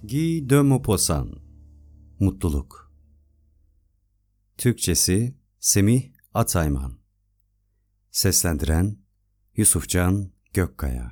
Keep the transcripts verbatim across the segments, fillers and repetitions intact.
Guy de Maupassant. Mutluluk. Türkçesi Semih Atayman. Seslendiren Yusufcan Gökkaya.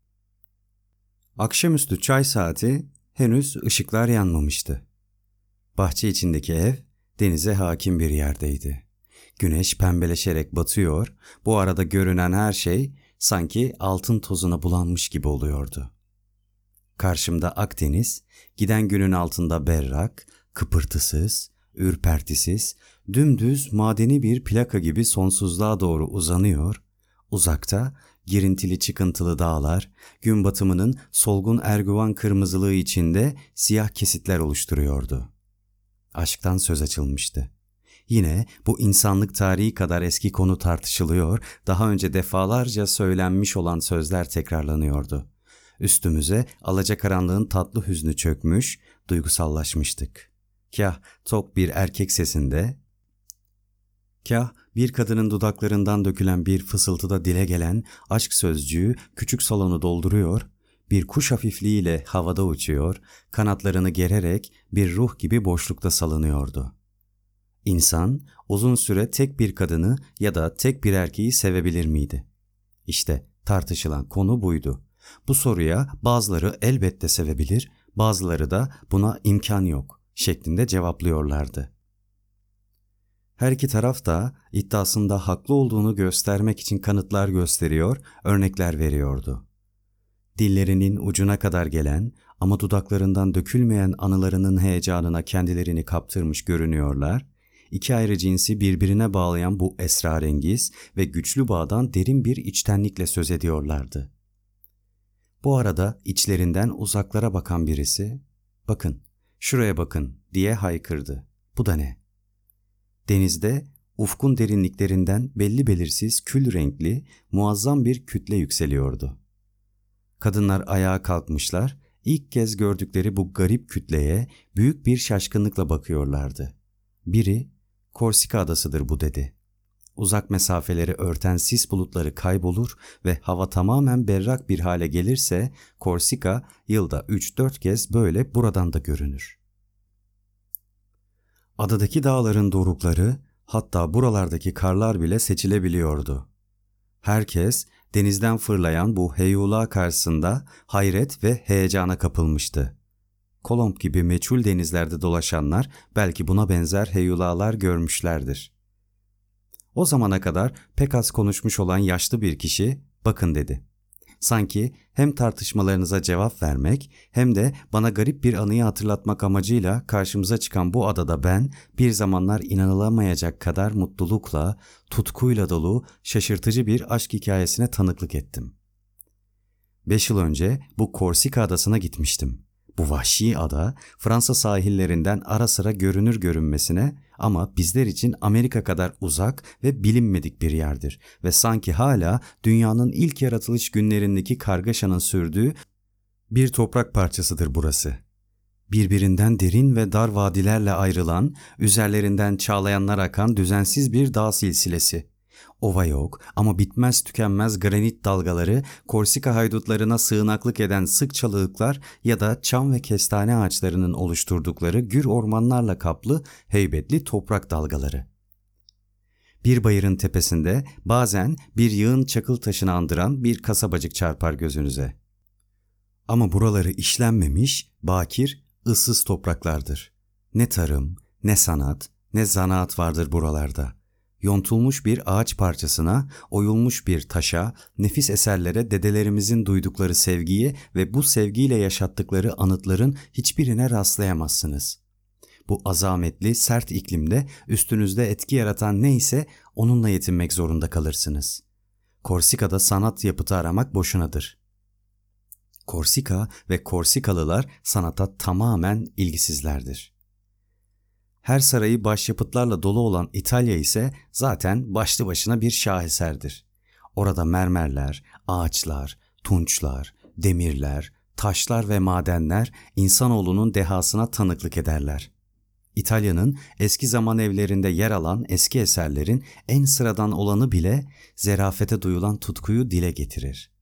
Akşamüstü çay saati, henüz ışıklar yanmamıştı. Bahçe içindeki ev denize hakim bir yerdeydi. Güneş pembeleşerek batıyor, bu arada görünen her şey sanki altın tozuna bulanmış gibi oluyordu. Karşımda Akdeniz, giden günün altında berrak, kıpırtısız, ürpertisiz, dümdüz madeni bir plaka gibi sonsuzluğa doğru uzanıyor, uzakta girintili çıkıntılı dağlar, gün batımının solgun erguvan kırmızılığı içinde siyah kesitler oluşturuyordu. Aşktan söz açılmıştı. Yine bu insanlık tarihi kadar eski konu tartışılıyor, daha önce defalarca söylenmiş olan sözler tekrarlanıyordu. Üstümüze alacakaranlığın tatlı hüznü çökmüş, duygusallaşmıştık. Kah tok bir erkek sesinde, kah bir kadının dudaklarından dökülen bir fısıltıda dile gelen aşk sözcüğü küçük salonu dolduruyor, bir kuş hafifliğiyle havada uçuyor, kanatlarını gererek bir ruh gibi boşlukta salınıyordu. İnsan uzun süre tek bir kadını ya da tek bir erkeği sevebilir miydi? İşte tartışılan konu buydu. Bu soruya bazıları elbette sevebilir, bazıları da buna imkan yok şeklinde cevaplıyorlardı. Her iki taraf da iddiasında haklı olduğunu göstermek için kanıtlar gösteriyor, örnekler veriyordu. Dillerinin ucuna kadar gelen ama dudaklarından dökülmeyen anılarının heyecanına kendilerini kaptırmış görünüyorlar, iki ayrı cinsi birbirine bağlayan bu esrarengiz ve güçlü bağdan derin bir içtenlikle söz ediyorlardı. Bu arada içlerinden uzaklara bakan birisi, "Bakın, şuraya bakın," diye haykırdı. Bu da ne? Denizde ufkun derinliklerinden belli belirsiz kül renkli muazzam bir kütle yükseliyordu. Kadınlar ayağa kalkmışlar, ilk kez gördükleri bu garip kütleye büyük bir şaşkınlıkla bakıyorlardı. Biri, "Korsika adasıdır bu," dedi. Uzak mesafeleri örten sis bulutları kaybolur ve hava tamamen berrak bir hale gelirse Korsika yılda üç dört kez böyle buradan da görünür. Adadaki dağların dorukları, hatta buralardaki karlar bile seçilebiliyordu. Herkes denizden fırlayan bu heyula karşısında hayret ve heyecana kapılmıştı. Kolomb gibi meçhul denizlerde dolaşanlar belki buna benzer heyulalar görmüşlerdir. O zamana kadar pek az konuşmuş olan yaşlı bir kişi, "Bakın," dedi. Sanki hem tartışmalarınıza cevap vermek hem de bana garip bir anıyı hatırlatmak amacıyla karşımıza çıkan bu adada ben bir zamanlar inanılamayacak kadar mutlulukla, tutkuyla dolu şaşırtıcı bir aşk hikayesine tanıklık ettim. Beş yıl önce bu Korsika adasına gitmiştim. Bu vahşi ada Fransa sahillerinden ara sıra görünür görünmesine ama bizler için Amerika kadar uzak ve bilinmedik bir yerdir ve sanki hala dünyanın ilk yaratılış günlerindeki kargaşanın sürdüğü bir toprak parçasıdır burası. Birbirinden derin ve dar vadilerle ayrılan, üzerlerinden çağlayanlar akan düzensiz bir dağ silsilesi. Ova yok ama bitmez tükenmez granit dalgaları, Korsika haydutlarına sığınaklık eden sık çalılıklar ya da çam ve kestane ağaçlarının oluşturdukları gür ormanlarla kaplı heybetli toprak dalgaları. Bir bayırın tepesinde bazen bir yığın çakıl taşını andıran bir kasabacık çarpar gözünüze. Ama buraları işlenmemiş, bakir, ıssız topraklardır. Ne tarım, ne sanat, ne zanaat vardır buralarda. Yontulmuş bir ağaç parçasına, oyulmuş bir taşa, nefis eserlere dedelerimizin duydukları sevgiyi ve bu sevgiyle yaşattıkları anıtların hiçbirine rastlayamazsınız. Bu azametli, sert iklimde üstünüzde etki yaratan neyse onunla yetinmek zorunda kalırsınız. Korsika'da sanat yapıtı aramak boşunadır. Korsika ve Korsikalılar sanata tamamen ilgisizlerdir. Her sarayı başyapıtlarla dolu olan İtalya ise zaten başlı başına bir şaheserdir. Orada mermerler, ağaçlar, tunçlar, demirler, taşlar ve madenler insanoğlunun dehasına tanıklık ederler. İtalya'nın eski zaman evlerinde yer alan eski eserlerin en sıradan olanı bile zerafete duyulan tutkuyu dile getirir.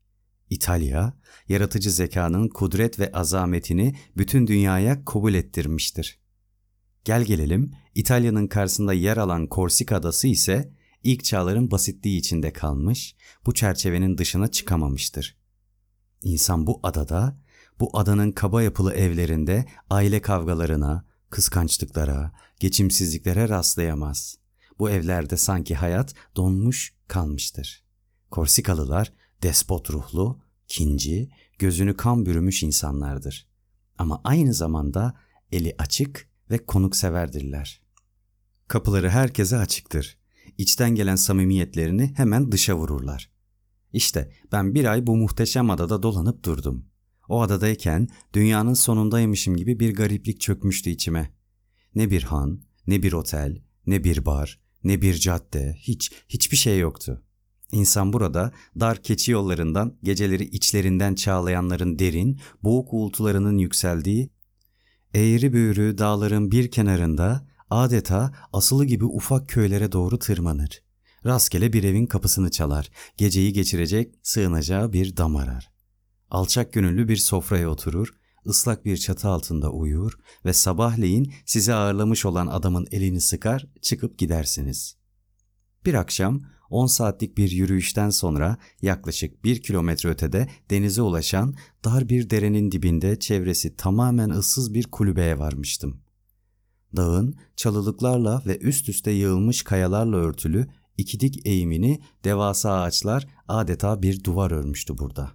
İtalya, yaratıcı zekanın kudret ve azametini bütün dünyaya kabul ettirmiştir. Gel gelelim, İtalya'nın karşısında yer alan Korsika adası ise ilk çağların basitliği içinde kalmış, bu çerçevenin dışına çıkamamıştır. İnsan bu adada, bu adanın kaba yapılı evlerinde aile kavgalarına, kıskançlıklara, geçimsizliklere rastlayamaz. Bu evlerde sanki hayat donmuş kalmıştır. Korsikalılar despot ruhlu, kinci, gözünü kan bürümüş insanlardır. Ama aynı zamanda eli açık ve konukseverdirler. Kapıları herkese açıktır. İçten gelen samimiyetlerini hemen dışa vururlar. İşte ben bir ay bu muhteşem adada dolanıp durdum. O adadayken dünyanın sonundaymışım gibi bir gariplik çökmüştü içime. Ne bir han, ne bir otel, ne bir bar, ne bir cadde, hiç, hiçbir şey yoktu. İnsan burada dar keçi yollarından geceleri içlerinden çağlayanların derin, boğuk uğultularının yükseldiği, eğri büğrü dağların bir kenarında adeta asılı gibi ufak köylere doğru tırmanır. Rastgele bir evin kapısını çalar, geceyi geçirecek sığınacağı bir dam arar. Alçak gönüllü bir sofraya oturur, ıslak bir çatı altında uyur ve sabahleyin sizi ağırlamış olan adamın elini sıkar, çıkıp gidersiniz. Bir akşam on saatlik bir yürüyüşten sonra yaklaşık bir kilometre ötede denize ulaşan dar bir derenin dibinde çevresi tamamen ıssız bir kulübeye varmıştım. Dağın çalılıklarla ve üst üste yığılmış kayalarla örtülü iki dik eğimini devasa ağaçlar adeta bir duvar örmüştü burada.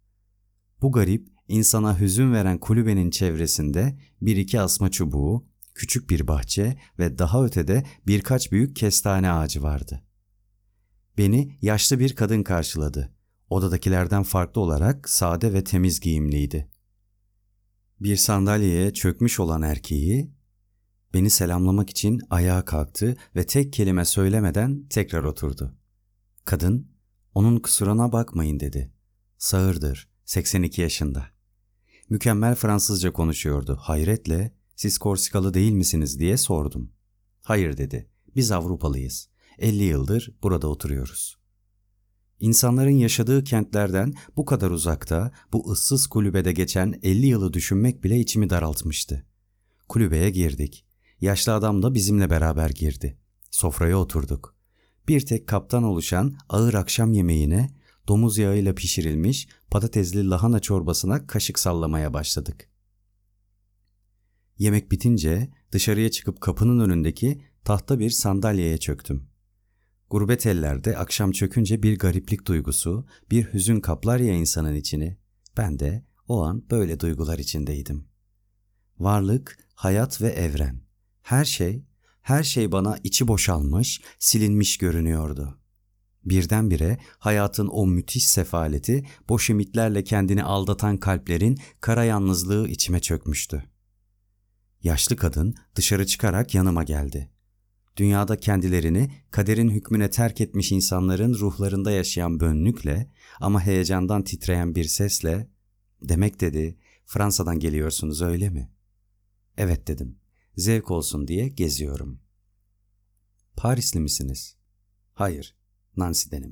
Bu garip, insana hüzün veren kulübenin çevresinde bir iki asma çubuğu, küçük bir bahçe ve daha ötede birkaç büyük kestane ağacı vardı. Beni yaşlı bir kadın karşıladı. Odadakilerden farklı olarak sade ve temiz giyimliydi. Bir sandalyeye çökmüş olan erkeği, beni selamlamak için ayağa kalktı ve tek kelime söylemeden tekrar oturdu. Kadın, "Onun kusuruna bakmayın," dedi. "Sağırdır, seksen iki yaşında." Mükemmel Fransızca konuşuyordu. Hayretle, "Siz Korsikalı değil misiniz?" diye sordum. "Hayır," dedi. "Biz Avrupalıyız. elli yıldır burada oturuyoruz." İnsanların yaşadığı kentlerden bu kadar uzakta, bu ıssız kulübede geçen elli yılı düşünmek bile içimi daraltmıştı. Kulübeye girdik. Yaşlı adam da bizimle beraber girdi. Sofraya oturduk. Bir tek kaptan oluşan ağır akşam yemeğine, domuz yağıyla pişirilmiş patatesli lahana çorbasına kaşık sallamaya başladık. Yemek bitince dışarıya çıkıp kapının önündeki tahta bir sandalyeye çöktüm. Gurbet ellerde akşam çökünce bir gariplik duygusu, bir hüzün kaplar ya insanın içini. Ben de o an böyle duygular içindeydim. Varlık, hayat ve evren. Her şey, her şey bana içi boşalmış, silinmiş görünüyordu. Birdenbire hayatın o müthiş sefaleti, boş ümitlerle kendini aldatan kalplerin kara yalnızlığı içime çökmüştü. Yaşlı kadın dışarı çıkarak yanıma geldi. Dünyada kendilerini kaderin hükmüne terk etmiş insanların ruhlarında yaşayan bönlükle ama heyecandan titreyen bir sesle, "Demek," dedi, "Fransa'dan geliyorsunuz, öyle mi?" "Evet," dedim. "Zevk olsun diye geziyorum." "Parisli misiniz?" "Hayır, Nancy'denim."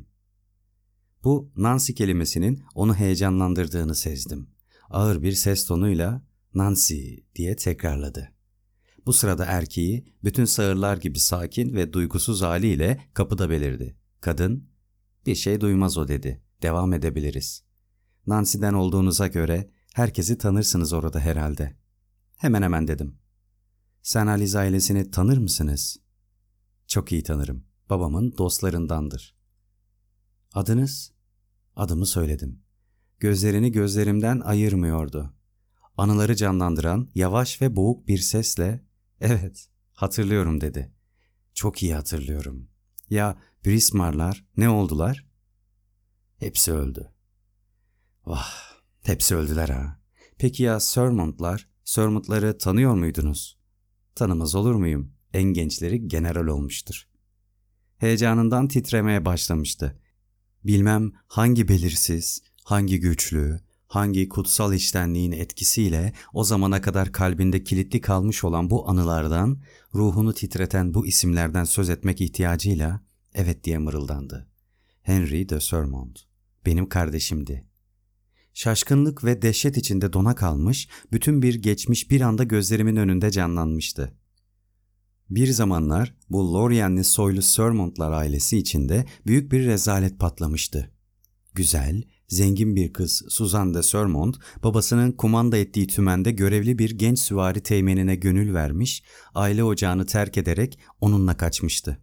Bu Nancy kelimesinin onu heyecanlandırdığını sezdim. Ağır bir ses tonuyla "Nancy" diye tekrarladı. Bu sırada erkeği bütün sağırlar gibi sakin ve duygusuz haliyle kapıda belirdi. Kadın, "Bir şey duymaz o," dedi. "Devam edebiliriz. Nancy'den olduğunuza göre herkesi tanırsınız orada herhalde." "Hemen hemen," dedim. "Sen Alize ailesini tanır mısınız?" "Çok iyi tanırım. Babamın dostlarındandır." "Adınız?" Adımı söyledim. Gözlerini gözlerimden ayırmıyordu. Anıları canlandıran yavaş ve boğuk bir sesle, "Evet, hatırlıyorum," dedi. "Çok iyi hatırlıyorum. Ya Brismarlar ne oldular?" "Hepsi öldü." "Vah, hepsi öldüler ha. Peki ya Sörmontlar, Sörmontları tanıyor muydunuz?" "Tanımaz olur muyum? En gençleri general olmuştur." Heyecanından titremeye başlamıştı. Bilmem hangi belirsiz, hangi güçlü, hangi kutsal içtenliğin etkisiyle o zamana kadar kalbinde kilitli kalmış olan bu anılardan, ruhunu titreten bu isimlerden söz etmek ihtiyacıyla "Evet," diye mırıldandı. "Henry de Sörmont. Benim kardeşimdi. Şaşkınlık ve dehşet içinde dona kalmış, bütün bir geçmiş bir anda gözlerimin önünde canlanmıştı. Bir zamanlar bu Lorien'li soylu Sörmontlar ailesi içinde büyük bir rezalet patlamıştı. Güzel, zengin bir kız Suzanne de Sörmont, babasının kumanda ettiği tümende görevli bir genç süvari teğmenine gönül vermiş, aile ocağını terk ederek onunla kaçmıştı.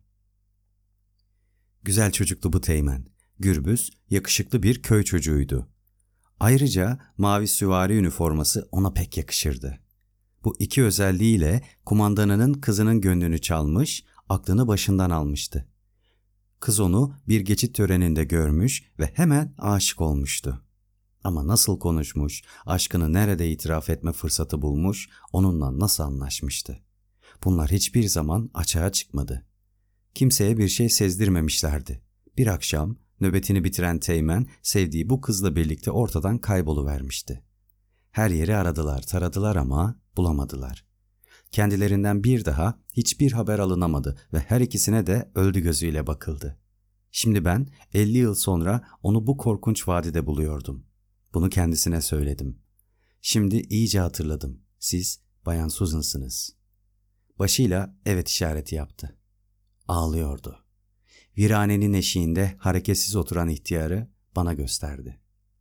Güzel çocuktu bu teğmen, gürbüz, yakışıklı bir köy çocuğuydu. Ayrıca mavi süvari üniforması ona pek yakışırdı. Bu iki özelliğiyle kumandanının kızının gönlünü çalmış, aklını başından almıştı. Kız onu bir geçit töreninde görmüş ve hemen aşık olmuştu. Ama nasıl konuşmuş, aşkını nerede itiraf etme fırsatı bulmuş, onunla nasıl anlaşmıştı? Bunlar hiçbir zaman açığa çıkmadı. Kimseye bir şey sezdirmemişlerdi. Bir akşam nöbetini bitiren teğmen sevdiği bu kızla birlikte ortadan kayboluvermişti. Her yeri aradılar, taradılar ama bulamadılar. Kendilerinden bir daha hiçbir haber alınamadı ve her ikisine de öldü gözüyle bakıldı. Şimdi ben elli yıl sonra onu bu korkunç vadide buluyordum. Bunu kendisine söyledim. Şimdi iyice hatırladım. Siz Bayan Susan'sınız. Başıyla evet işareti yaptı. Ağlıyordu. Viranenin eşiğinde hareketsiz oturan ihtiyarı bana gösterdi.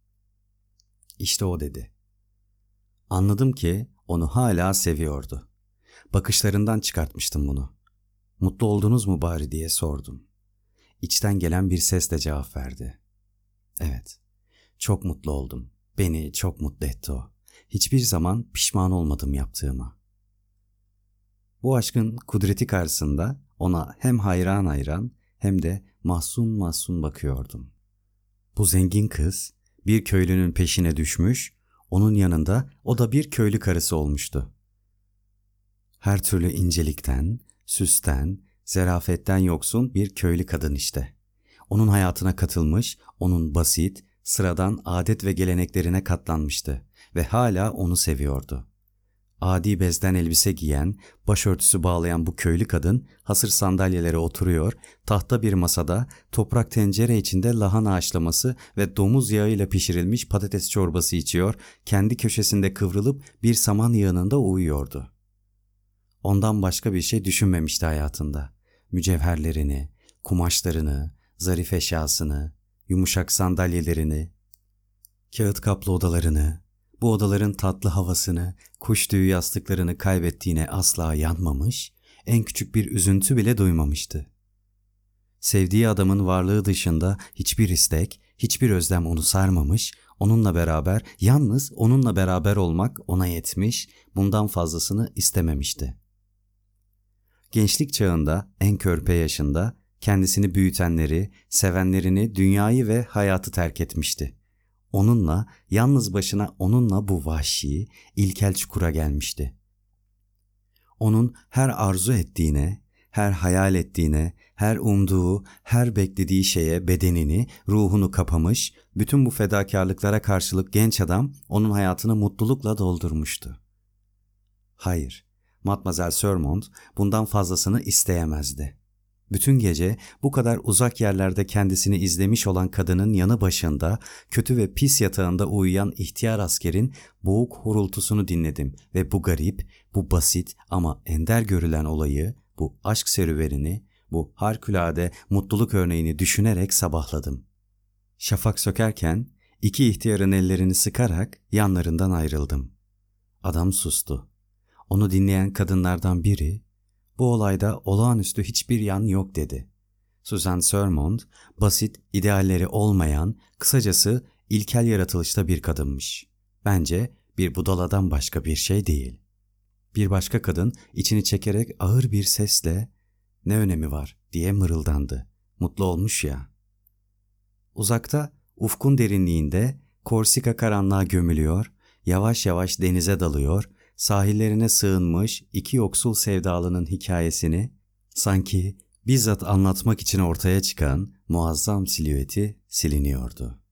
İşte o dedi. Anladım ki onu hala seviyordu. Bakışlarından çıkartmıştım bunu. Mutlu oldunuz mu bari diye sordum. İçten gelen bir sesle cevap verdi. Evet, çok mutlu oldum. Beni çok mutlu etti o. Hiçbir zaman pişman olmadım yaptığıma. Bu aşkın kudreti karşısında ona hem hayran hayran hem de mahzun mahzun bakıyordum. Bu zengin kız bir köylünün peşine düşmüş, onun yanında o da bir köylü karısı olmuştu. Her türlü incelikten, süsten, zerafetten yoksun bir köylü kadın işte. Onun hayatına katılmış, onun basit, sıradan adet ve geleneklerine katlanmıştı ve hala onu seviyordu. Adi bezden elbise giyen, başörtüsü bağlayan bu köylü kadın hasır sandalyelere oturuyor, tahta bir masada toprak tencere içinde lahana haşlaması ve domuz yağıyla pişirilmiş patates çorbası içiyor, kendi köşesinde kıvrılıp bir saman yığınında uyuyordu. Ondan başka bir şey düşünmemişti hayatında. Mücevherlerini, kumaşlarını, zarif eşyasını, yumuşak sandalyelerini, kağıt kaplı odalarını, bu odaların tatlı havasını, kuş tüyü yastıklarını kaybettiğine asla yanmamış, en küçük bir üzüntü bile duymamıştı. Sevdiği adamın varlığı dışında hiçbir istek, hiçbir özlem onu sarmamış, onunla beraber, yalnız onunla beraber olmak ona yetmiş, bundan fazlasını istememişti. Gençlik çağında, en körpe yaşında, kendisini büyütenleri, sevenlerini, dünyayı ve hayatı terk etmişti. Onunla, yalnız başına onunla bu vahşi, ilkel çukura gelmişti. Onun her arzu ettiğine, her hayal ettiğine, her umduğu, her beklediği şeye bedenini, ruhunu kapamış, bütün bu fedakarlıklara karşılık genç adam onun hayatını mutlulukla doldurmuştu. Hayır, Mademoiselle Sörmont bundan fazlasını isteyemezdi. Bütün gece bu kadar uzak yerlerde kendisini izlemiş olan kadının yanı başında, kötü ve pis yatağında uyuyan ihtiyar askerin boğuk horultusunu dinledim ve bu garip, bu basit ama ender görülen olayı, bu aşk serüvenini, bu harikulade mutluluk örneğini düşünerek sabahladım. Şafak sökerken iki ihtiyarın ellerini sıkarak yanlarından ayrıldım. Adam sustu. Onu dinleyen kadınlardan biri, "Bu olayda olağanüstü hiçbir yan yok," dedi. Suzanne Sörmont, basit, idealleri olmayan, kısacası ilkel yaratılışta bir kadınmış. Bence bir budaladan başka bir şey değil. Bir başka kadın içini çekerek ağır bir sesle, "Ne önemi var?" diye mırıldandı. Mutlu olmuş ya. Uzakta, ufkun derinliğinde Korsika karanlığa gömülüyor, yavaş yavaş denize dalıyor, sahillerine sığınmış iki yoksul sevdalının hikayesini sanki bizzat anlatmak için ortaya çıkan muazzam silüeti siliniyordu.